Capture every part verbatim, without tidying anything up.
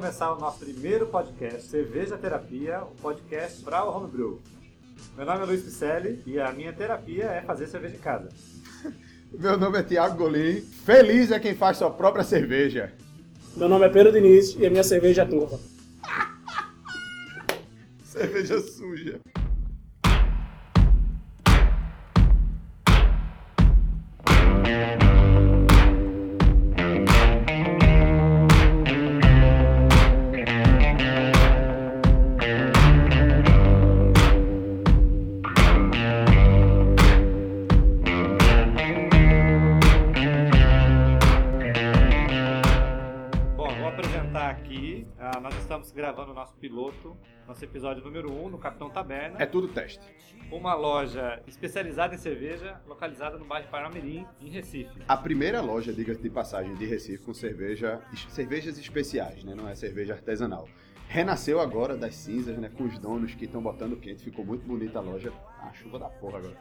começar o nosso primeiro podcast, Cerveja Terapia, o podcast para o Homebrew. Meu nome é Luiz Picelli e a minha terapia é fazer cerveja em casa. Meu nome é Thiago Golim. Feliz é quem faz sua própria cerveja. Meu nome é Pedro Diniz e a minha cerveja é turva. Cerveja suja. Nós estamos gravando o nosso piloto, nosso episódio número um, no Capitão Taberna. É tudo teste. Uma loja especializada em cerveja, localizada no bairro Parnamirim, em Recife. A primeira loja, diga-se de passagem, de Recife com cerveja, cervejas especiais, né? Não é cerveja artesanal. Renasceu agora das cinzas, né? Com os donos que estão botando quente. Ficou muito bonita a loja. Ah, chuva da porra agora.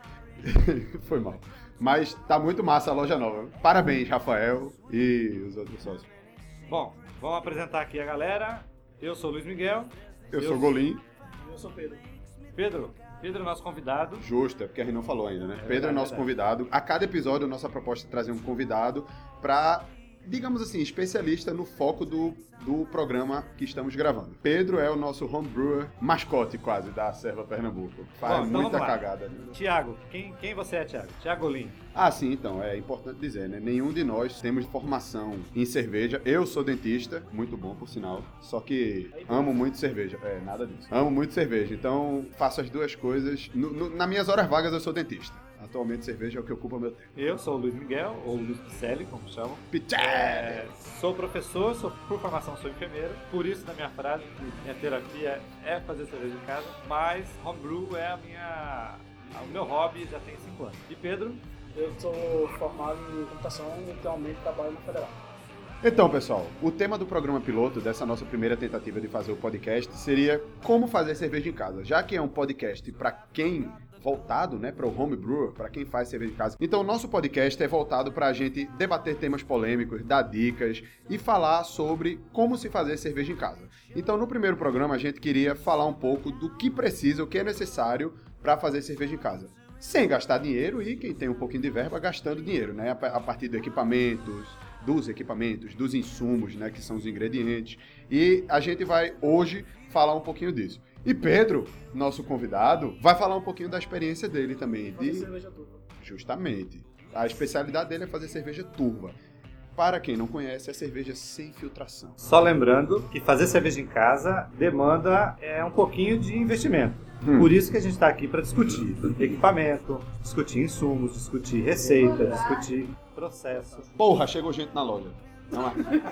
Foi mal. Mas tá muito massa a loja nova. Parabéns, Rafael e os outros sócios. Bom, vamos apresentar aqui a galera. Eu sou o Luiz Miguel. Eu, eu sou o Golim. E eu sou o Pedro. Pedro, Pedro é nosso convidado. Justo, é porque a gente não falou ainda, né? É, Pedro é nosso verdade. convidado. A cada episódio, a nossa proposta é trazer um convidado para, digamos assim, especialista no foco do, do programa que estamos gravando. Pedro é o nosso homebrewer mascote, quase, da Serva Pernambuco. Faz Bom, então muita vamos lá. cagada. Né? Tiago, quem, quem você é, Tiago? Tiago Golim. Ah, sim, então, é importante dizer, né? Nenhum de nós temos formação em cerveja. Eu sou dentista, muito bom, por sinal. Só que amo muito cerveja. É, nada disso. Amo muito cerveja, então faço as duas coisas. No, no, nas minhas horas vagas eu sou dentista. Atualmente cerveja é o que ocupa o meu tempo. Eu sou o Luiz Miguel, ou Luiz Picelli, como chamam. Picelli! É, sou professor, sou, por formação sou enfermeiro. Por isso, na minha frase, minha terapia é fazer cerveja em casa. Mas homebrew é a minha, o meu hobby já tem cinco anos. E Pedro? Eu sou formado em computação e atualmente trabalho na Federal. Então, pessoal, o tema do programa piloto, dessa nossa primeira tentativa de fazer o podcast, seria como fazer cerveja em casa. Já que é um podcast para quem voltado, né, para o homebrewer, para quem faz cerveja em casa. Então, o nosso podcast é voltado para a gente debater temas polêmicos, dar dicas e falar sobre como se fazer cerveja em casa. Então, no primeiro programa, a gente queria falar um pouco do que precisa, o que é necessário para fazer cerveja em casa. Sem gastar dinheiro e quem tem um pouquinho de verba gastando dinheiro, né? A partir de equipamentos, dos equipamentos, dos insumos, né? Que são os ingredientes. E a gente vai hoje falar um pouquinho disso. E Pedro, nosso convidado, vai falar um pouquinho da experiência dele também. Fazer de... cerveja turva. Justamente. A especialidade dele é fazer cerveja turva. Para quem não conhece, é cerveja sem filtração. Só lembrando que fazer cerveja em casa demanda é, um pouquinho de investimento. Hum. Por isso que a gente está aqui para discutir equipamento, discutir insumos, discutir receita, discutir processo. Porra, chegou gente na loja. Não é?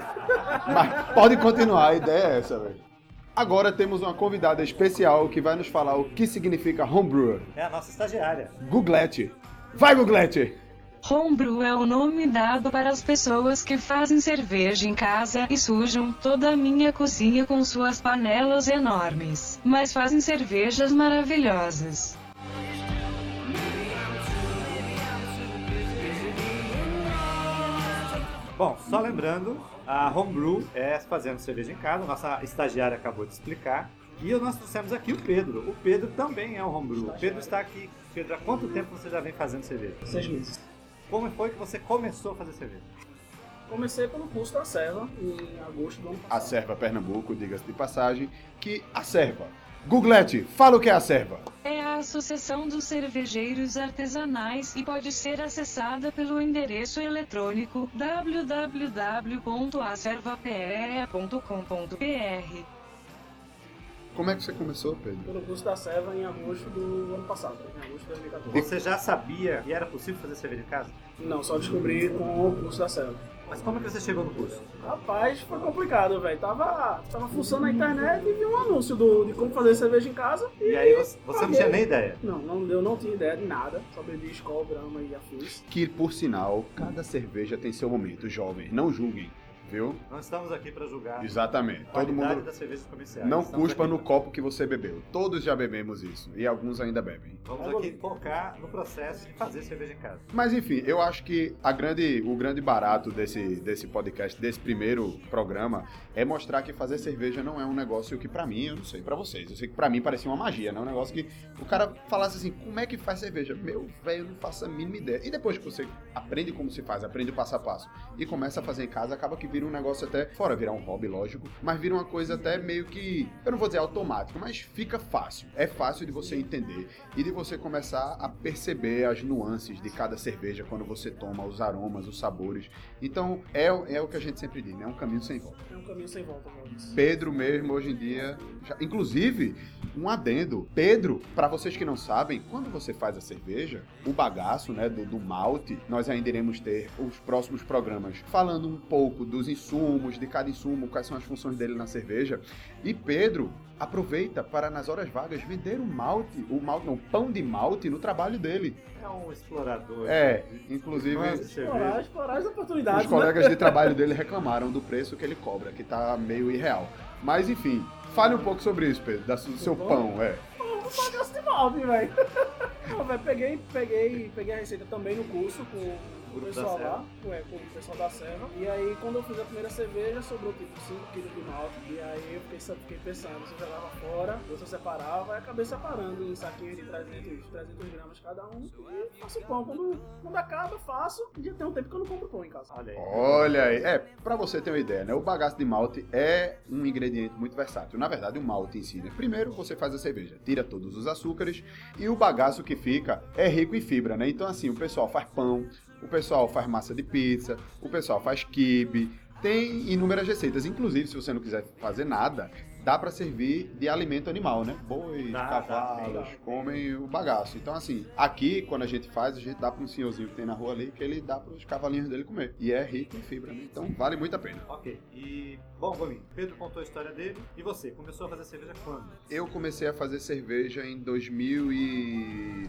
Mas pode continuar, a ideia é essa, velho. Agora temos uma convidada especial que vai nos falar o que significa homebrewer. É a nossa estagiária. Googlete. Vai, Googlete! Homebrew é o nome dado para as pessoas que fazem cerveja em casa e sujam toda a minha cozinha com suas panelas enormes, mas fazem cervejas maravilhosas. Bom, só lembrando, a homebrew é fazendo cerveja em casa, nossa estagiária acabou de explicar. E nós trouxemos aqui o Pedro. O Pedro também é um homebrew. O Pedro está aqui. Pedro, há quanto tempo você já vem fazendo cerveja? Seis meses. Como foi que você começou a fazer cerveja? Comecei pelo curso da Serva em agosto do ano A passado. Serva Pernambuco, diga-se de passagem, que a Serva. Googlete, fala o que é a Serva. É a Associação dos Cervejeiros Artesanais e pode ser acessada pelo endereço eletrônico w w w ponto a serva p e ponto com ponto b r. Como é que você começou, Pedro? Pelo curso da Serva em agosto do ano passado, em agosto de dois mil e quatorze. Você já sabia que era possível fazer cerveja em casa? Não, só descobri com o curso da Serva. Mas como é que você chegou no curso? Rapaz, foi complicado, velho. Tava, tava funcionando na internet e vi um anúncio do, de como fazer cerveja em casa. E, E aí você, você não paguei. tinha nem ideia? Não, não, eu não tinha ideia de nada. Só bebi Skol, Brahma e afins. Que, por sinal, cada cerveja tem seu momento, jovens, não julguem. viu? Não estamos aqui para julgar Exatamente. a Todo qualidade mundo das cervejas comerciais. não Estamos cuspa aqui- no copo que você bebeu. Todos já bebemos isso. E alguns ainda bebem. Vamos aqui focar no processo de fazer cerveja em casa. Mas enfim, eu acho que a grande, o grande barato desse, desse podcast, desse primeiro programa, é mostrar que fazer cerveja não é um negócio que pra mim, eu não sei pra vocês, eu sei que pra mim parecia uma magia, né? Um negócio que o cara falasse assim, como é que faz cerveja? Meu velho, eu não faço a mínima ideia. E depois que você aprende como se faz, aprende o passo a passo e começa a fazer em casa, acaba que vira um negócio até, fora virar um hobby, lógico, mas vira uma coisa até meio que, eu não vou dizer automático, mas fica fácil. É fácil de você entender e de você começar a perceber as nuances de cada cerveja quando você toma, os aromas, os sabores. Então, é, é o que a gente sempre diz, né? É um caminho sem volta. É um caminho sem volta, Maurício. Pedro mesmo, hoje em dia... já- inclusive, um adendo. Pedro, pra vocês que não sabem, quando você faz a cerveja, o bagaço, né, do, do malte, nós ainda iremos ter os próximos programas falando um pouco dos insumos, de cada insumo, quais são as funções dele na cerveja. E Pedro aproveita para, nas horas vagas, vender o malte, o malte não, o pão de malte no trabalho dele. É um explorador. É, de- inclusive... fãs de Explorar, cerveja. explorar as Os oportunidades, colegas de trabalho dele reclamaram do preço que ele cobra, que tá meio irreal. Mas enfim, fale um pouco sobre isso, Pedro, da, do seu pão, é. Pô, vou pagar esse malte, velho. Pô, velho, peguei, peguei, peguei a receita também no curso com o Grupo pessoal da lá, com, é, com o pessoal da Serva. E aí, quando eu fiz a primeira cerveja, sobrou tipo cinco quilos de malte. E aí eu fiquei, fiquei pensando se eu jogava fora ou se eu separava. Aí acabei separando em saquinhos de trezentos, trezentos gramas cada um. E faço pão. Quando, quando acaba, faço. E já tem um tempo que eu não compro pão em casa. Olha aí. Olha aí, é, pra você ter uma ideia, né? O bagaço de malte é um ingrediente muito versátil. Na verdade, o malte em si, né? Primeiro você faz a cerveja, tira todos os açúcares e o bagaço que fica é rico em fibra, né? Então assim, o pessoal faz pão, o pessoal faz massa de pizza, o pessoal faz quibe, tem inúmeras receitas. Inclusive, se você não quiser fazer nada, dá pra servir de alimento animal, né? Bois, Dá, cavalos, dá, dá. comem o bagaço. Então, assim, aqui, quando a gente faz, a gente dá pra um senhorzinho que tem na rua ali, que ele dá pros cavalinhos dele comer. E é rico em fibra, né? Então, vale muito a pena. Ok. E, bom, Gominho, Pedro contou a história dele. E você, começou a fazer cerveja quando? Eu comecei a fazer cerveja em dois mil e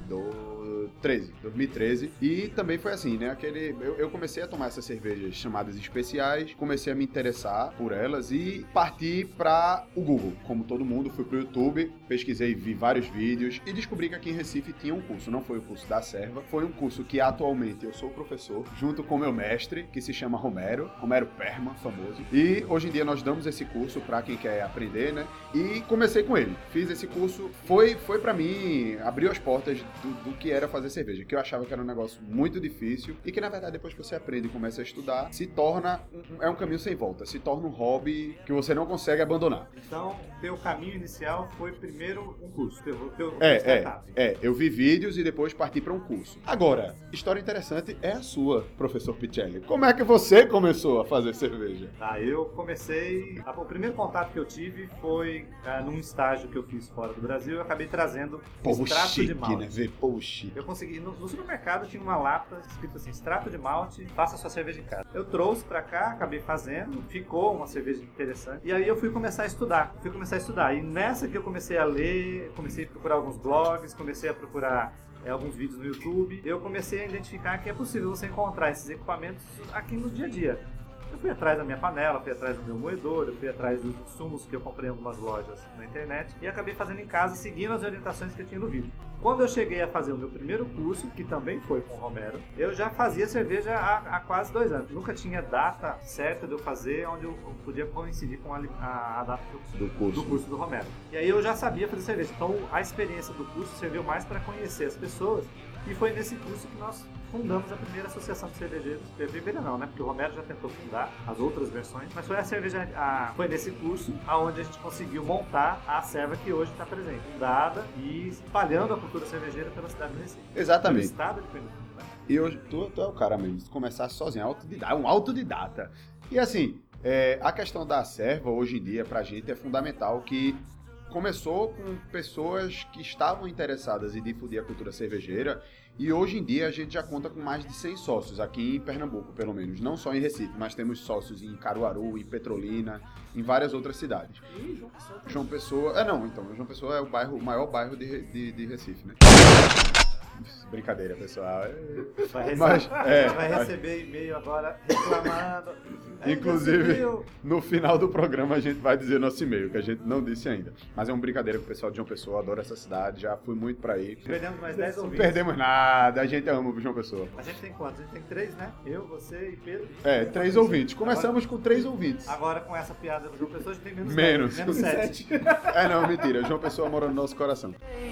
treze, dois mil e treze, e também foi assim, né? Aquele, eu, eu comecei a tomar essas cervejas chamadas especiais, comecei a me interessar por elas e parti para o Google. Como todo mundo, fui pro YouTube, pesquisei, vi vários vídeos e descobri que aqui em Recife tinha um curso. Não foi o curso da Serva, foi um curso que atualmente eu sou professor, junto com meu mestre, que se chama Romero, Romero Perma, famoso. E hoje em dia nós damos esse curso para quem quer aprender, né? E comecei com ele. Fiz esse curso, foi, foi para mim, abriu as portas do, do que era fazer cerveja, que eu achava que era um negócio muito difícil e que, na verdade, depois que você aprende e começa a estudar, se torna, um, é um caminho sem volta, se torna um hobby que você não consegue abandonar. Então, teu caminho inicial foi primeiro um curso. Teu, teu É, startup. é, é, eu vi vídeos e depois parti para um curso. Agora, história interessante é a sua, professor Picelli. Como é que você começou a fazer cerveja? Tá, eu comecei... a- O primeiro contato que eu tive foi ah, num estágio que eu fiz fora do Brasil. Eu acabei trazendo Povo extrato chique, de malte. né? Ver povo chique. Eu consegui, no, no supermercado tinha uma lata escrito assim, extrato de malte, faça sua cerveja em casa. Eu trouxe pra cá, acabei fazendo, ficou uma cerveja interessante. E aí eu fui começar a estudar, fui começar a estudar. E nessa que eu comecei a ler, comecei a procurar alguns blogs, comecei a procurar é, alguns vídeos no YouTube. Eu comecei a identificar que é possível você encontrar esses equipamentos aqui no dia a dia. Eu fui atrás da minha panela, fui atrás do meu moedor, eu fui atrás dos insumos que eu comprei em algumas lojas na internet e acabei fazendo em casa, seguindo as orientações que eu tinha no vídeo. Quando eu cheguei a fazer o meu primeiro curso, que também foi com o Romero, eu já fazia cerveja há, há quase dois anos. Nunca tinha data certa de eu fazer, onde eu podia coincidir com a, a, a data do, Do curso. do curso do Romero. E aí eu já sabia fazer cerveja, então a experiência do curso serviu mais para conhecer as pessoas. E foi nesse curso que nós fundamos a primeira associação de cervejeiros. A primeira não, né? Porque o Romero já tentou fundar as outras versões. Mas foi a cerveja, a, foi nesse curso aonde a gente conseguiu montar a Serva que hoje está presente. Fundada e espalhando a cultura cervejeira pela cidade do Recife. Exatamente. Pelo estado de Pernambuco, né? E hoje, tu, tu é o cara mesmo, se começar sozinho, autodidata, um autodidata. E assim, é, a questão da Serva, hoje em dia, pra gente, é fundamental que começou com pessoas que estavam interessadas em difundir a cultura cervejeira e hoje em dia a gente já conta com mais de cem sócios aqui em Pernambuco, pelo menos. Não só em Recife, mas temos sócios em Caruaru, em Petrolina, em várias outras cidades. E João Pessoa também. João Pessoa... É, não, então, João Pessoa é o bairro, o maior bairro de, de, de Recife, né? Brincadeira, pessoal. Vai receber, Mas, é, vai receber e-mail agora reclamando. Inclusive, no final do programa a gente vai dizer nosso e-mail, que a gente não disse ainda. Mas é uma brincadeira com o pessoal de João Pessoa, adoro essa cidade, já fui muito pra aí. Perdemos mais dez Não ouvintes. perdemos nada, a gente ama o João Pessoa. A gente tem quantos? A gente tem três, né? Eu, você e Pedro. É, três ouvintes. Começamos com três ouvintes. Agora com essa piada do João Pessoa, a gente tem menos Menos. dez, menos sete. É, não, mentira. João Pessoa mora no nosso coração.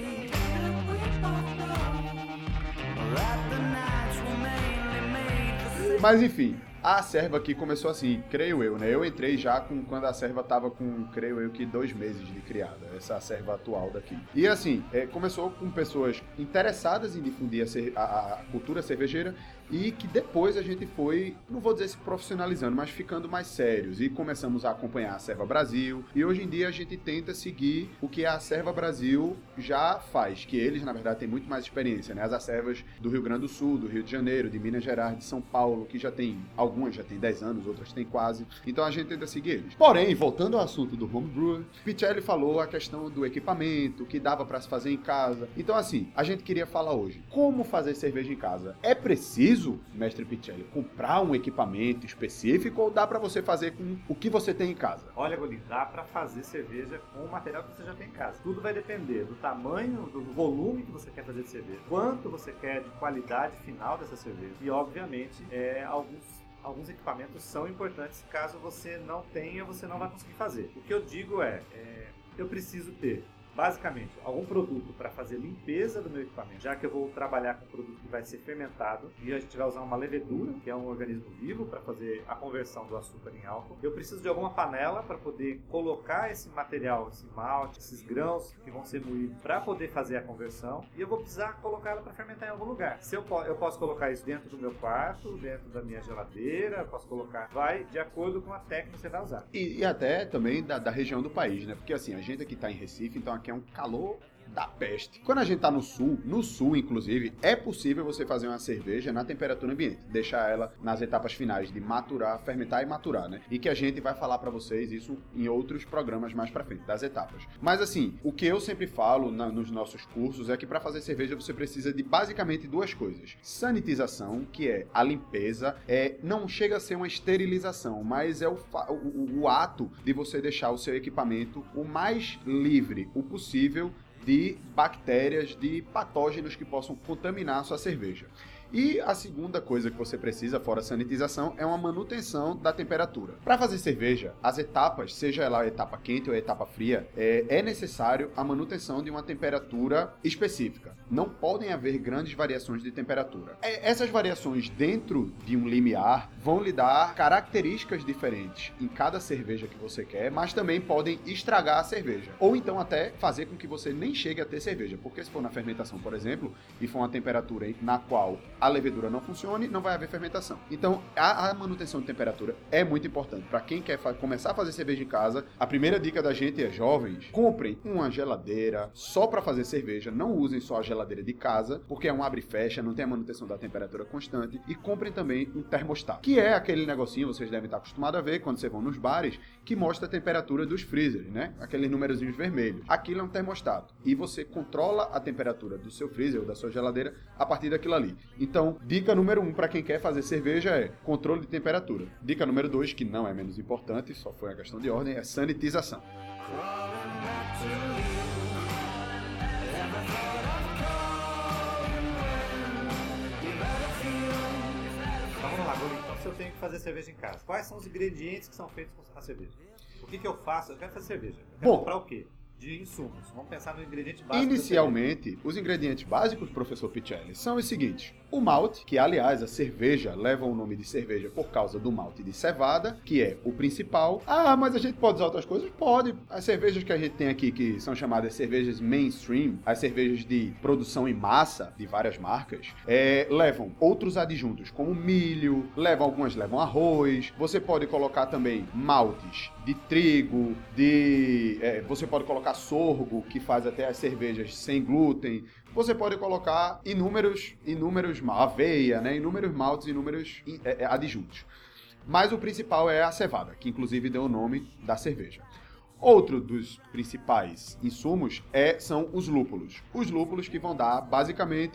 Mas enfim, a serva aqui começou assim, creio eu, né? Eu entrei já com, quando a serva tava com, creio eu, que dois meses de criada, essa serva atual daqui. E assim, é, começou com pessoas interessadas em difundir a, cer- a, a cultura cervejeira e que depois a gente foi, não vou dizer se profissionalizando, mas ficando mais sérios e começamos a acompanhar a Serva Brasil e hoje em dia a gente tenta seguir o que a Serva Brasil já faz, que eles na verdade têm muito mais experiência, né? As acervas do Rio Grande do Sul, do Rio de Janeiro, de Minas Gerais, de São Paulo, que já tem, algumas já tem dez anos, outras tem quase, então a gente tenta seguir eles. Porém, voltando ao assunto do homebrew, Pichelli falou a questão do equipamento, que dava para se fazer em casa. Então assim, a gente queria falar hoje, como fazer cerveja em casa? É preciso, mestre Pichelli, comprar um equipamento específico ou dá para você fazer com o que você tem em casa? Olha, Golinho, dá pra fazer cerveja com o material que você já tem em casa. Tudo vai depender do tamanho, do volume que você quer fazer de cerveja, quanto você quer de qualidade final dessa cerveja e, obviamente, é, alguns Alguns equipamentos são importantes, caso você não tenha, você não vai conseguir fazer. O que eu digo é, é eu preciso ter, basicamente, algum produto para fazer limpeza do meu equipamento, já que eu vou trabalhar com um produto que vai ser fermentado e a gente vai usar uma levedura, que é um organismo vivo, para fazer a conversão do açúcar em álcool. Eu preciso de alguma panela para poder colocar esse material, esse malte, esses grãos que vão ser moídos para poder fazer a conversão e eu vou precisar colocar ela para fermentar em algum lugar. Se eu, po- eu posso colocar isso dentro do meu quarto, dentro da minha geladeira, eu posso colocar, vai de acordo com a técnica que você vai usar. E, e até também da, da região do país, né? Porque assim, a gente aqui tá em Recife, então aqui é um calor da peste. Quando a gente tá no sul, no sul inclusive, é possível você fazer uma cerveja na temperatura ambiente, deixar ela nas etapas finais de maturar, fermentar e maturar, né? E que a gente vai falar pra vocês isso em outros programas mais pra frente, das etapas. Mas assim, o que eu sempre falo na, nos nossos cursos é que pra fazer cerveja você precisa de basicamente duas coisas. Sanitização, que é a limpeza, é, não chega a ser uma esterilização, mas é o, fa- o, o, o ato de você deixar o seu equipamento o mais livre o possível de bactérias, de patógenos que possam contaminar a sua cerveja. E a segunda coisa que você precisa, fora a sanitização, é uma manutenção da temperatura. Para fazer cerveja, as etapas, seja ela a etapa quente ou a etapa fria, é, é necessário a manutenção de uma temperatura específica. Não podem haver grandes variações de temperatura. É, essas variações dentro de um limiar vão lhe dar características diferentes em cada cerveja que você quer, mas também podem estragar a cerveja. Ou então até fazer com que você nem chegue a ter cerveja. Porque se for na fermentação, por exemplo, e for uma temperatura na qual a levedura não funcione, não vai haver fermentação. Então, a, a manutenção de temperatura é muito importante. Para quem quer fa- começar a fazer cerveja em casa, a primeira dica da gente é, jovens, comprem uma geladeira só para fazer cerveja. Não usem só a geladeira de casa, porque é um abre e fecha, não tem a manutenção da temperatura constante. E comprem também um termostato, que é aquele negocinho, vocês devem estar acostumados a ver quando vocês vão nos bares, que mostra a temperatura dos freezers, né? Aqueles numerozinhos vermelhos. Aquilo é um termostato. E você controla a temperatura do seu freezer ou da sua geladeira a partir daquilo ali. Então, dica número um para quem quer fazer cerveja é controle de temperatura. Dica número dois, que não é menos importante, só foi uma questão de ordem, é sanitização. Então vamos lá, Golinho. Então se eu tenho que fazer cerveja em casa, quais são os ingredientes que são feitos com a cerveja? O que, que eu faço? Eu quero fazer cerveja. Eu quero Bom, comprar o quê? De insumos. Vamos pensar no ingrediente básico. Inicialmente, os ingredientes básicos, professor Pichelli, são os seguintes. O malte, que aliás a cerveja leva o nome de cerveja por causa do malte de cevada, que é o principal. Ah, mas a gente pode usar outras coisas? Pode. As cervejas que a gente tem aqui, que são chamadas cervejas mainstream, as cervejas de produção em massa, de várias marcas, é, levam outros adjuntos, como milho, levam, algumas levam arroz. Você pode colocar também maltes de trigo, de... É, você pode colocar sorgo, que faz até as cervejas sem glúten. Você pode colocar inúmeros, inúmeros aveia, né? Inúmeros maltes, inúmeros é, adjuntos. Mas o principal é a cevada, que inclusive deu o nome da cerveja. Outro dos principais insumos é, são os lúpulos. Os lúpulos que vão dar, basicamente,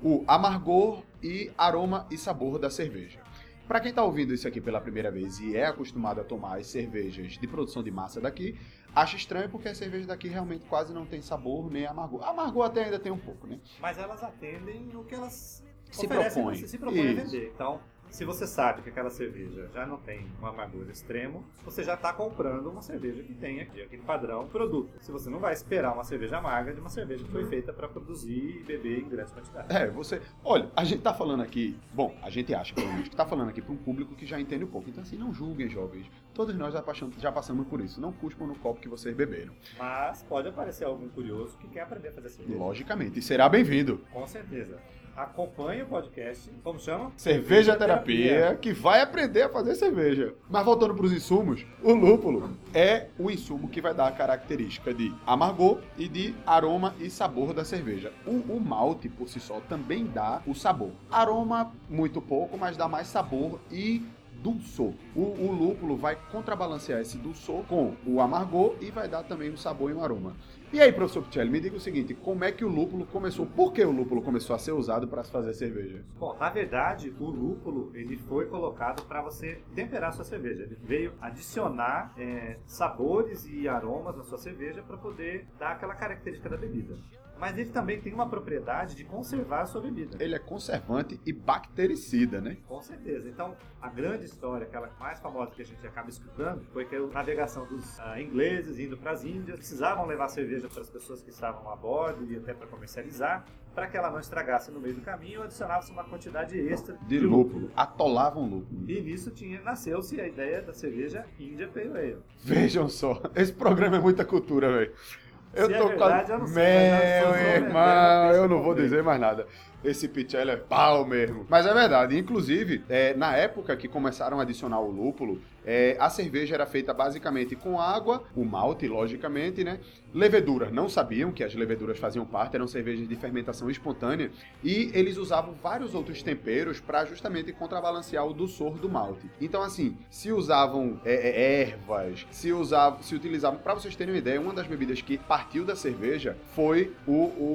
o amargor e aroma e sabor da cerveja. Para quem está ouvindo isso aqui pela primeira vez e é acostumado a tomar as cervejas de produção de massa daqui, acha estranho porque a cerveja daqui realmente quase não tem sabor nem amargor. Amargor até ainda tem um pouco, né? Mas elas atendem o que elas Se oferecem, propõe. você se propõe a Isso. vender. Então, se você sabe que aquela cerveja já não tem um amargor extremo, você já está comprando uma cerveja que tem aqui, aquele padrão produto. Se você não vai esperar uma cerveja amarga de uma cerveja que foi feita para produzir e beber em grandes quantidades. É, você... Olha, a gente tá falando aqui... Bom, a gente acha, pelo menos, que tá falando aqui para um público que já entende um pouco. Então, assim, não julguem, jovens. Todos nós já passamos, já passamos por isso. Não cuspam no copo que vocês beberam. Mas pode aparecer algum curioso que quer aprender a fazer cerveja. Logicamente. E será bem-vindo. Com certeza. Acompanhe o podcast. Como chama? Cerveja Terapia, que vai aprender a fazer cerveja. Mas voltando para os insumos, o lúpulo é o insumo que vai dar a característica de amargor e de aroma e sabor da cerveja. O, o malte, por si só, também dá o sabor. Aroma, muito pouco, mas dá mais sabor e dulçor. O, o lúpulo vai contrabalancear esse dulçor com o amargor e vai dar também um sabor e um aroma. E aí, professor Picelli, me diga o seguinte, como é que o lúpulo começou, por que o lúpulo começou a ser usado para se fazer cerveja? Bom, na verdade, o lúpulo ele foi colocado para você temperar a sua cerveja. Ele veio adicionar é, sabores e aromas na sua cerveja para poder dar aquela característica da bebida. Mas ele também tem uma propriedade de conservar a sua bebida. Ele é conservante e bactericida, né? Com certeza. Então, a grande história, aquela mais famosa que a gente acaba escutando, foi que a navegação dos uh, ingleses indo para as Índias, precisavam levar cerveja para as pessoas que estavam a bordo e até para comercializar, para que ela não estragasse no meio do caminho, adicionava-se uma quantidade extra De, de lúpulo. lúpulo. Atolavam lúpulo. E nisso tinha, nasceu-se a ideia da cerveja India Pale Ale. Vejam só, esse programa é muita cultura, velho. Eu Se tô é verdade, quase... eu não sei, mas Meu eu sou irmão, vendendo eu não vou peixe dizer mais nada. Esse Picelli é pau mesmo. Mas é verdade. Inclusive, é, na época que começaram a adicionar o lúpulo, é, a cerveja era feita basicamente com água, o malte, logicamente, né? Leveduras. Não sabiam que as leveduras faziam parte, eram cervejas de fermentação espontânea. E eles usavam vários outros temperos para justamente contrabalancear o dulçor do malte. Então, assim, se usavam é, é, ervas, se, usavam, se utilizavam... Para vocês terem uma ideia, uma das bebidas que partiu da cerveja foi o,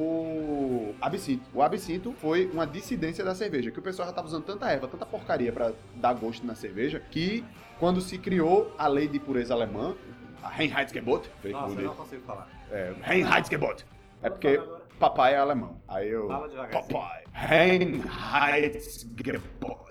o absinto. O absinto foi uma dissidência da cerveja, que o pessoal já estava usando tanta erva, tanta porcaria para dar gosto na cerveja, que quando se criou a lei de pureza alemã, a Reinheitsgebot, Nossa, eu não consigo falar. é, Reinheitsgebot, é porque papai é alemão. Aí eu... Fala devagar. Papai. Reinheitsgebot.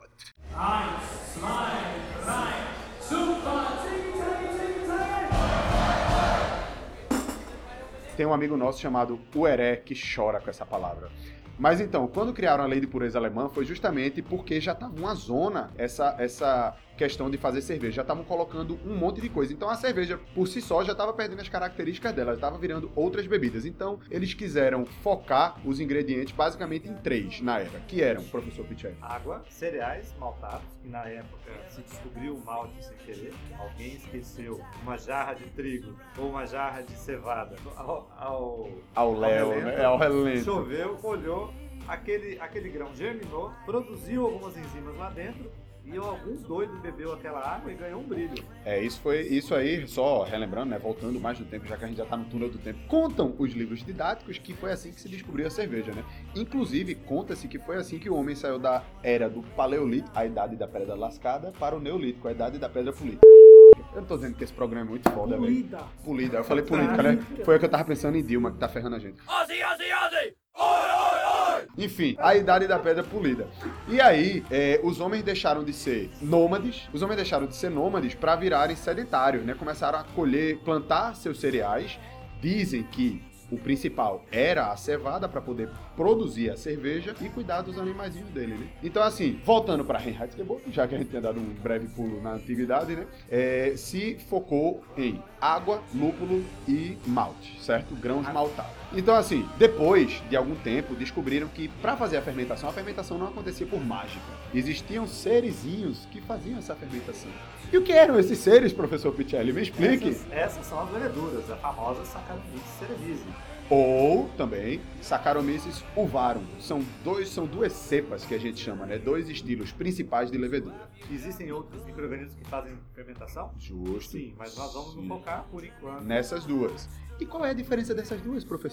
Tem um amigo nosso chamado Ueré que chora com essa palavra. Mas então, quando criaram a lei de pureza alemã, foi justamente porque já estava uma zona essa, essa questão de fazer cerveja. Já estavam colocando um monte de coisa. Então a cerveja, por si só, já estava perdendo as características dela. Estava virando outras bebidas. Então eles quiseram focar os ingredientes basicamente em três na era. Que eram, professor Picelli? Água, cereais maltados, que na época se descobriu o malte sem querer. Alguém esqueceu uma jarra de trigo ou uma jarra de cevada ao, ao, Ao Léo, relento. né? Ao relento. Choveu, molhou, aquele, aquele grão germinou, produziu algumas enzimas lá dentro e algum doido bebeu aquela água e ganhou um brilho. É, isso foi isso aí, só relembrando, né, voltando mais no tempo, já que a gente já tá no túnel do tempo. Contam os livros didáticos que foi assim que se descobriu a cerveja, né? Inclusive, conta-se que foi assim que o homem saiu da era do Paleolítico, a idade da pedra lascada, para o Neolítico, a idade da pedra polida. Eu não tô dizendo que esse programa é muito foda, velho. Polida. Polida. Eu falei política, né? Foi o que eu tava pensando em Dilma, que tá ferrando a gente. Ozzy, Ozzy, Ozzy! Oi, oi, oi! Enfim, a idade da pedra polida. E aí, é, os homens deixaram de ser nômades, os homens deixaram de ser nômades para virarem sedentários, né? Começaram a colher, plantar seus cereais. Dizem que o principal era a cevada para poder produzir a cerveja e cuidar dos animaizinhos dele, né? Então, assim, voltando para Reinheitsgebot, já que a gente tinha dado um breve pulo na antiguidade, né? É, se focou em água, lúpulo e malte, certo? Grãos maltados. Então, assim, depois de algum tempo, descobriram que para fazer a fermentação, a fermentação não acontecia por mágica. Existiam serezinhos que faziam essa fermentação. E o que eram esses seres, professor Picelli? Me explique. Essas, essas são as leveduras, a famosa Saccharomyces cerevisiae. Ou também Saccharomyces uvarum. São, dois, são duas cepas que a gente chama, né? Dois estilos principais de levedura. Existem outros micro-organismos que fazem fermentação? Justo. Sim, mas nós vamos Sim. nos focar, por enquanto, Nessas duas. E qual é a diferença dessas duas, professor?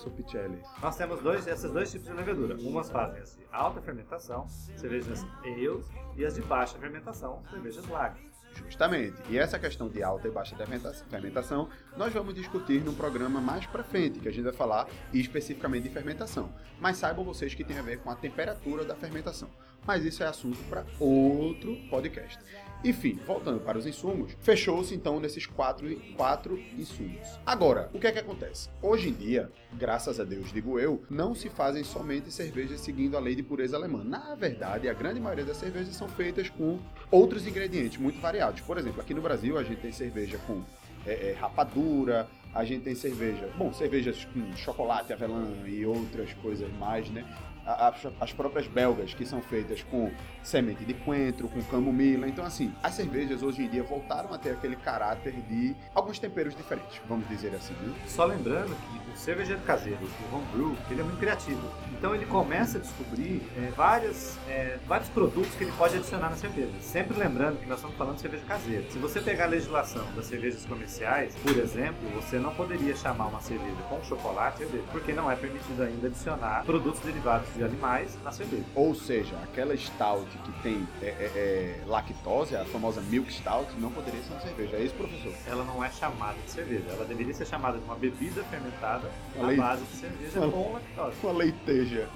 professor Pichelli? Nós temos dois, esses dois tipos de levedura. Umas fazem as de alta fermentação, cervejas ales, e as de baixa fermentação, cervejas lagers. Justamente. E essa questão de alta e baixa fermentação, nós vamos discutir num programa mais pra frente, que a gente vai falar especificamente de fermentação. Mas saibam vocês que tem a ver com a temperatura da fermentação. Mas isso é assunto para outro podcast. Enfim, voltando para os insumos, fechou-se então nesses quatro, quatro insumos. Agora, o que é que acontece? Hoje em dia, graças a Deus, digo eu, não se fazem somente cervejas seguindo a lei de pureza alemã. Na verdade, a grande maioria das cervejas são feitas com outros ingredientes muito variados. Por exemplo, aqui no Brasil a gente tem cerveja com é, é, rapadura, a gente tem cerveja, bom, cervejas com chocolate, avelã e outras coisas mais, né? As próprias belgas, que são feitas com semente de coentro, com camomila. Então, assim, as cervejas hoje em dia voltaram a ter aquele caráter de alguns temperos diferentes, vamos dizer assim. Né? Só lembrando que o cervejeiro caseiro, o homebrew, ele é muito criativo. Então, ele começa a descobrir é, várias, é, vários produtos que ele pode adicionar na cerveja. Sempre lembrando que nós estamos falando de cerveja caseira. Se você pegar a legislação das cervejas comerciais, por exemplo, você não poderia chamar uma cerveja com chocolate, porque não é permitido ainda adicionar produtos derivados de animais na cerveja. Ou seja, aquela stout que tem é, é, é, lactose, a famosa milk stout, não poderia ser uma cerveja. É isso, professor? Ela não é chamada de cerveja. Ela deveria ser chamada de uma bebida fermentada à Leite... base de cerveja uma... com lactose. Uma leiteja.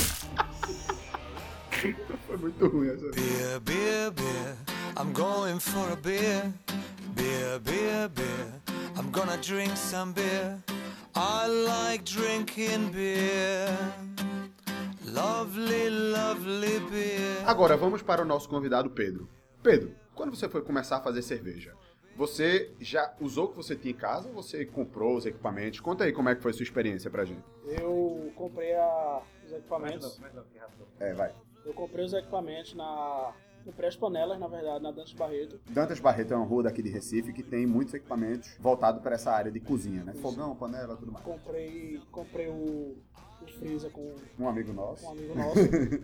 Foi muito ruim essa. Beer, beer, beer, I'm going for a beer. Beer, beer, beer, I'm gonna drink some beer. I like drinking beer. Lovely, lovely beer. Agora vamos para o nosso convidado Pedro. Pedro, quando você foi começar a fazer cerveja, você já usou o que você tinha em casa ou você comprou os equipamentos? Conta aí como é que foi a sua experiência pra gente. Eu comprei a, os equipamentos. É, vai. Eu comprei os equipamentos na. Comprei as panelas, na verdade, na Dantas Barreto. Dantas Barreto é uma rua daqui de Recife que tem muitos equipamentos voltados para essa área de cozinha, né? Isso. Fogão, panela, tudo mais. Comprei, comprei o, o freezer com Um amigo nosso. um amigo nosso.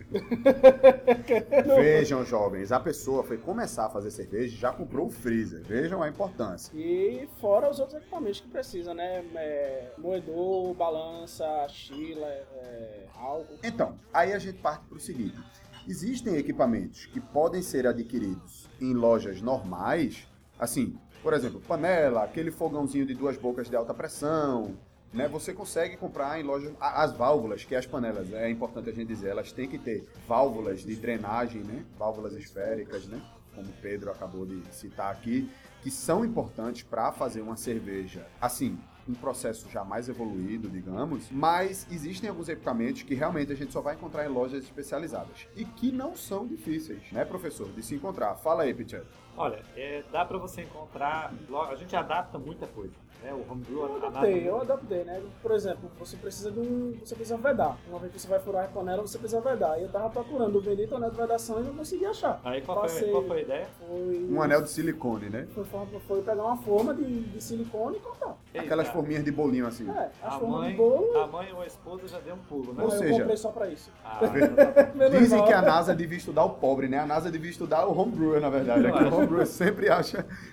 Vejam, jovens, a pessoa foi começar a fazer cerveja e já comprou o freezer. Vejam a importância. E fora os outros equipamentos que precisa, né? É, moedor, balança, chila, é, álcool. Então, aí a gente parte para o seguinte. Existem equipamentos que podem ser adquiridos em lojas normais, assim, por exemplo, panela, aquele fogãozinho de duas bocas de alta pressão, né? Você consegue comprar em lojas, as válvulas, que as panelas, é importante a gente dizer, elas têm que ter válvulas de drenagem, né? Válvulas esféricas, né? Como o Pedro acabou de citar aqui, que são importantes para fazer uma cerveja, assim, um processo já mais evoluído, digamos, mas existem alguns equipamentos que realmente a gente só vai encontrar em lojas especializadas e que não são difíceis, né, professor, de se encontrar. Fala aí, Pichelli. Olha, é, dá pra você encontrar, a gente adapta muita coisa, né? O homebrew Eu adapta adaptei, muito. eu adaptei, né? Por exemplo, você precisa de um. Você precisa vedar. Uma vez que você vai furar a panela, você precisa vedar. E eu tava procurando o bendito anel de vedação e não consegui achar. Aí qual foi, Passei- qual foi a ideia? Foi, Um anel de silicone, né? foi, foi, foi pegar uma forma de, de silicone e cortar. Aquelas Eita, forminhas de bolinho assim. É, as a formas mãe, de bolo. a mãe ou a esposa já deu um pulo, né? Ou eu seja- comprei só pra isso. Ah, tá bom. Menos Dizem mal. que a NASA devia estudar o pobre, né? A NASA devia estudar o homebrewer, na verdade. É que o homebrewer sempre acha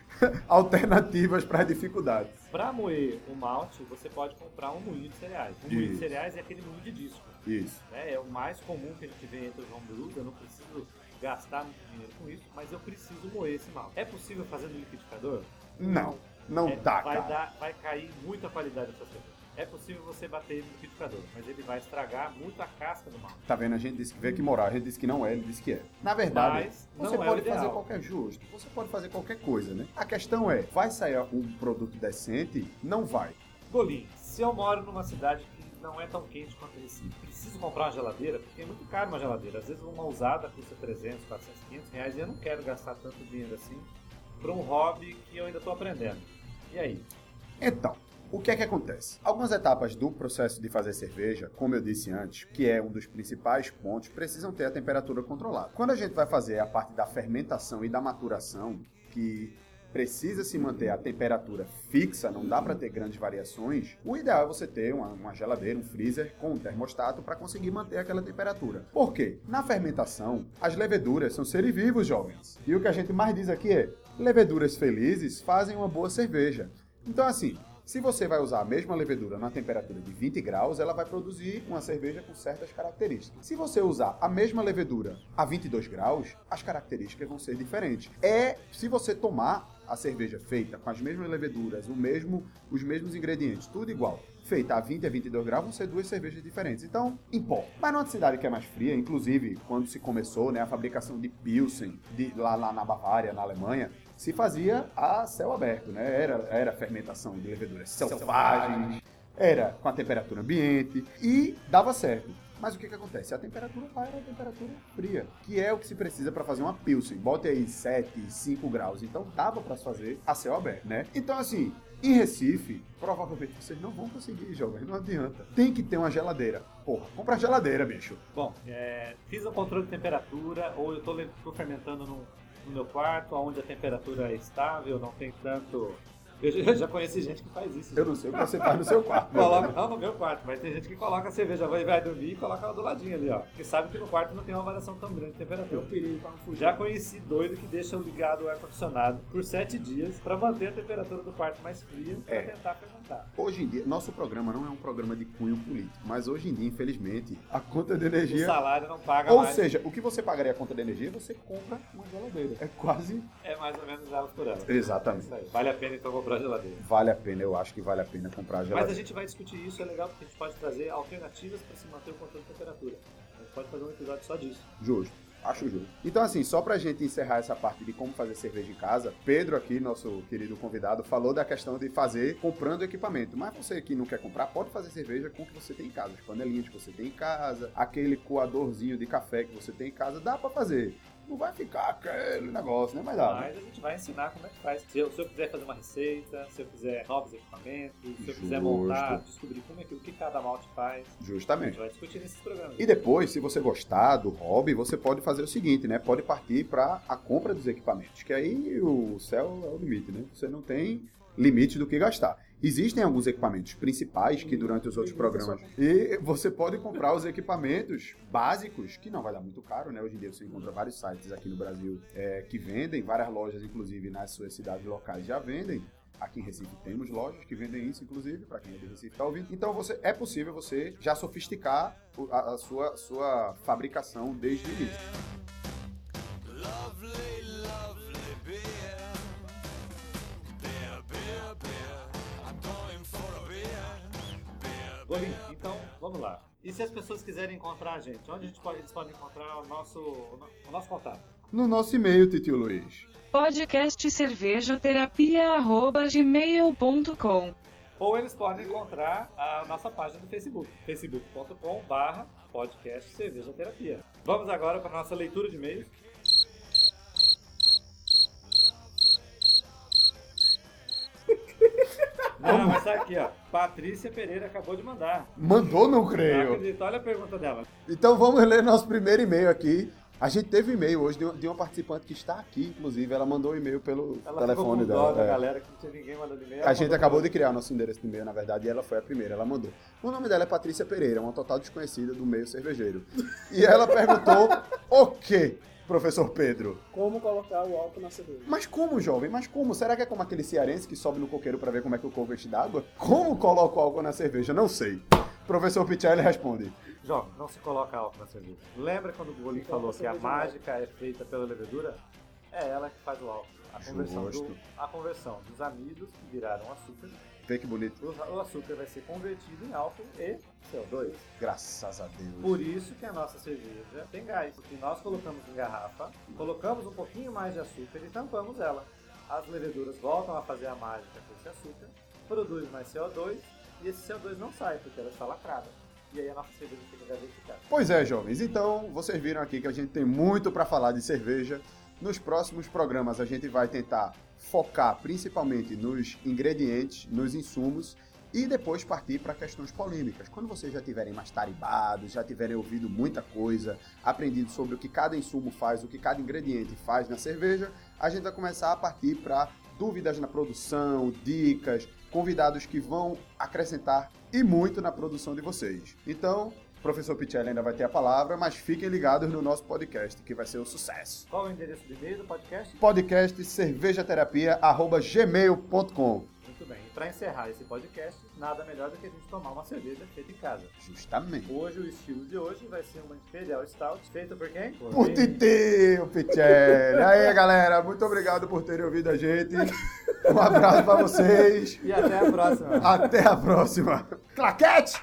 alternativas para dificuldades. Pra moer o malte, você pode comprar um moinho de cereais. Um moinho de Isso. cereais é aquele moinho de disco. Isso. Né? É o mais comum que a gente vê entre os homebrews. Eu não preciso gastar muito dinheiro com isso, mas eu preciso moer esse malte. É possível fazer no liquidificador? Não, não É, dá, vai, cara. dar, vai cair muito a qualidade da sua cerveja. É possível você bater ele no liquidificador, mas ele vai estragar muito a casca do malte. Tá vendo? A gente disse que veio aqui morar, a gente disse que não é, ele disse que é. Na verdade, Mas não você é o pode ideal. fazer qualquer justo, você pode fazer qualquer coisa, né? A questão é, vai sair um produto decente? Não vai. Golim, se eu moro numa cidade que não é tão quente quanto Recife, preciso comprar uma geladeira, porque é muito caro uma geladeira. Às vezes uma usada custa trezentos, quatrocentos, quinhentos reais e eu não quero gastar tanto dinheiro assim para um hobby que eu ainda estou aprendendo. E aí? Então, o que é que acontece? Algumas etapas do processo de fazer cerveja, como eu disse antes, que é um dos principais pontos, precisam ter a temperatura controlada. Quando a gente vai fazer a parte da fermentação e da maturação, que precisa se manter a temperatura fixa, não dá para ter grandes variações, o ideal é você ter uma, uma geladeira, um freezer com um termostato para conseguir manter aquela temperatura. Por quê? Na fermentação, as leveduras são seres vivos, jovens. E o que a gente mais diz aqui é, leveduras felizes fazem uma boa cerveja. Então, assim, Se você vai usar a mesma levedura na temperatura de vinte graus, ela vai produzir uma cerveja com certas características. Se você usar a mesma levedura a vinte e dois graus, as características vão ser diferentes. É, se você tomar a cerveja feita com as mesmas leveduras, o mesmo, os mesmos ingredientes, tudo igual, feita a vinte a vinte e dois graus, vão ser duas cervejas diferentes. Então, importa. Mas numa cidade que é mais fria, inclusive quando se começou, né, a fabricação de Pilsen, de, lá, lá na Bavária, na Alemanha, se fazia a céu aberto, né? Era, era fermentação de leveduras selvagens, era com a temperatura ambiente e dava certo. Mas o que que acontece? A temperatura lá era a temperatura fria, que é o que se precisa para fazer uma Pilsen. Bote aí sete, cinco graus. Então dava para se fazer a céu aberto, né? Então assim, em Recife, provavelmente vocês não vão conseguir, jovem. Não adianta. Tem que ter uma geladeira. Porra, compra geladeira, bicho. Bom, é, fiz o controle de temperatura, ou eu tô, tô fermentando no, no meu quarto, onde a temperatura é estável, não tem tanto... Eu já conheci gente que faz isso. Eu não sei o que você faz no seu quarto. Coloca, não no meu quarto, mas tem gente que coloca a cerveja, vai, vai dormir e coloca ela do ladinho ali, ó. Porque sabe que no quarto não tem uma variação tão grande de temperatura. Eu perigo pra não fugir. Já conheci doido que deixa ligado o ar-condicionado por sete dias pra manter a temperatura do quarto mais fria pra É. tentar fermentar. Hoje em dia, nosso programa não é um programa de cunho político, mas hoje em dia, infelizmente, a conta de O energia... salário não paga Ou mais. seja, o que você pagaria a conta de energia, você compra uma geladeira. É quase... É mais ou menos elas por elas. Exatamente. Isso aí. Vale a pena então comprar geladeira. Vale a pena, eu acho que vale a pena comprar a Mas geladeira. a gente vai discutir isso, é legal porque a gente pode trazer alternativas para se manter o controle de temperatura. A gente pode fazer um episódio só disso. Justo. Acho justo. Então, assim, só pra gente encerrar essa parte de como fazer cerveja em casa, Pedro aqui, nosso querido convidado, falou da questão de fazer comprando equipamento. Mas você que não quer comprar, pode fazer cerveja com o que você tem em casa. As panelinhas que você tem em casa, aquele coadorzinho de café que você tem em casa, dá pra fazer. Não vai ficar aquele negócio, né? Mas dá. Mas a gente vai ensinar como é que faz. Se eu, se eu quiser fazer uma receita, se eu quiser novos equipamentos, se eu quiser Justo. montar, descobrir como é que, o que cada malte faz, a gente Justamente. vai discutir nesses programas. E depois, se você gostar do hobby, você pode fazer o seguinte, né? Pode partir para a compra dos equipamentos, que aí o céu é o limite, né? Você não tem limite do que gastar. Existem alguns equipamentos principais que durante os outros programas... E você pode comprar os equipamentos básicos, que não vai dar muito caro, né? Hoje em dia você encontra vários sites aqui no Brasil é, que vendem, várias lojas, inclusive, nas suas cidades locais já vendem. Aqui em Recife temos lojas que vendem isso, inclusive, para quem é de Recife está ouvindo. Então você, é possível você já sofisticar a, a sua, sua fabricação desde o início. Lovely, lovely beer. Beer, beer, beer. I'm going for a beer. Beer, Bolinho, então, vamos lá. E se as pessoas quiserem encontrar a gente, onde a gente pode, eles podem encontrar o nosso, o nosso contato? No nosso e-mail, Titio Luiz. podcast cerveja terapia arroba gmail ponto com. Ou eles podem encontrar a nossa página do Facebook, facebook ponto com barra podcast cerveja terapia. Vamos agora para a nossa leitura de e-mails. Não, mas tá aqui, ó. Patrícia Pereira acabou de mandar. Mandou, não Não creio. acredito. Olha a pergunta dela. Então vamos ler nosso primeiro e-mail aqui. A gente teve e-mail hoje de uma, de uma participante que está aqui, inclusive. Ela mandou um e-mail pelo Ela telefone ficou com dó dela. da é. galera que não tinha ninguém mandando e-mail. A ela gente mandou acabou pra- de criar nosso endereço de e-mail, na verdade, e ela foi a primeira, ela mandou. O nome dela é Patrícia Pereira, uma total desconhecida do meio cervejeiro. E ela perguntou o quê, professor Pedro? Como colocar o álcool na cerveja? Mas como, jovem? Mas como? Será que é como aquele cearense que sobe no coqueiro para ver como é que o coco enche d'água? Como coloca o álcool na cerveja? Não sei. Professor Pichelli responde. Jovem, não se coloca álcool na cerveja. Lembra quando o Bolinho Então, falou a que a cerveja mágica é feita pela levedura? É ela que faz o álcool. A conversão, do, Justo. a conversão dos amidos que viraram açúcar. Vê que bonito. O, o açúcar vai ser convertido em álcool e C O dois. Graças a Deus. Por isso que a nossa cerveja tem gás. Porque nós colocamos em garrafa, colocamos um pouquinho mais de açúcar e tampamos ela. As leveduras voltam a fazer a mágica com esse açúcar, produz mais C O dois e esse C O dois não sai porque ela está lacrada. E aí a nossa cerveja fica gaseificada. Pois é, jovens. Então, vocês viram aqui que a gente tem muito para falar de cerveja. Nos próximos programas a gente vai tentar focar principalmente nos ingredientes, nos insumos e depois partir para questões polêmicas. Quando vocês já tiverem mais taribados, já tiverem ouvido muita coisa, aprendido sobre o que cada insumo faz, o que cada ingrediente faz na cerveja, a gente vai começar a partir para dúvidas na produção, dicas, convidados que vão acrescentar e muito na produção de vocês. Então, o professor Pichelli ainda vai ter a palavra, mas fiquem ligados no nosso podcast, que vai ser um sucesso. Qual é o endereço do e-mail do podcast? Podcast cervejaterapia arroba gmail ponto com. Muito bem. E para encerrar esse podcast, nada melhor do que a gente tomar uma cerveja feita em casa. Justamente. Hoje, o estilo de hoje vai ser uma Imperial Stout, feita por quem? Por Titi, o Pichelli. Aí, galera, muito obrigado por terem ouvido a gente. Um abraço pra vocês. E até a próxima. Até a próxima. Claquete!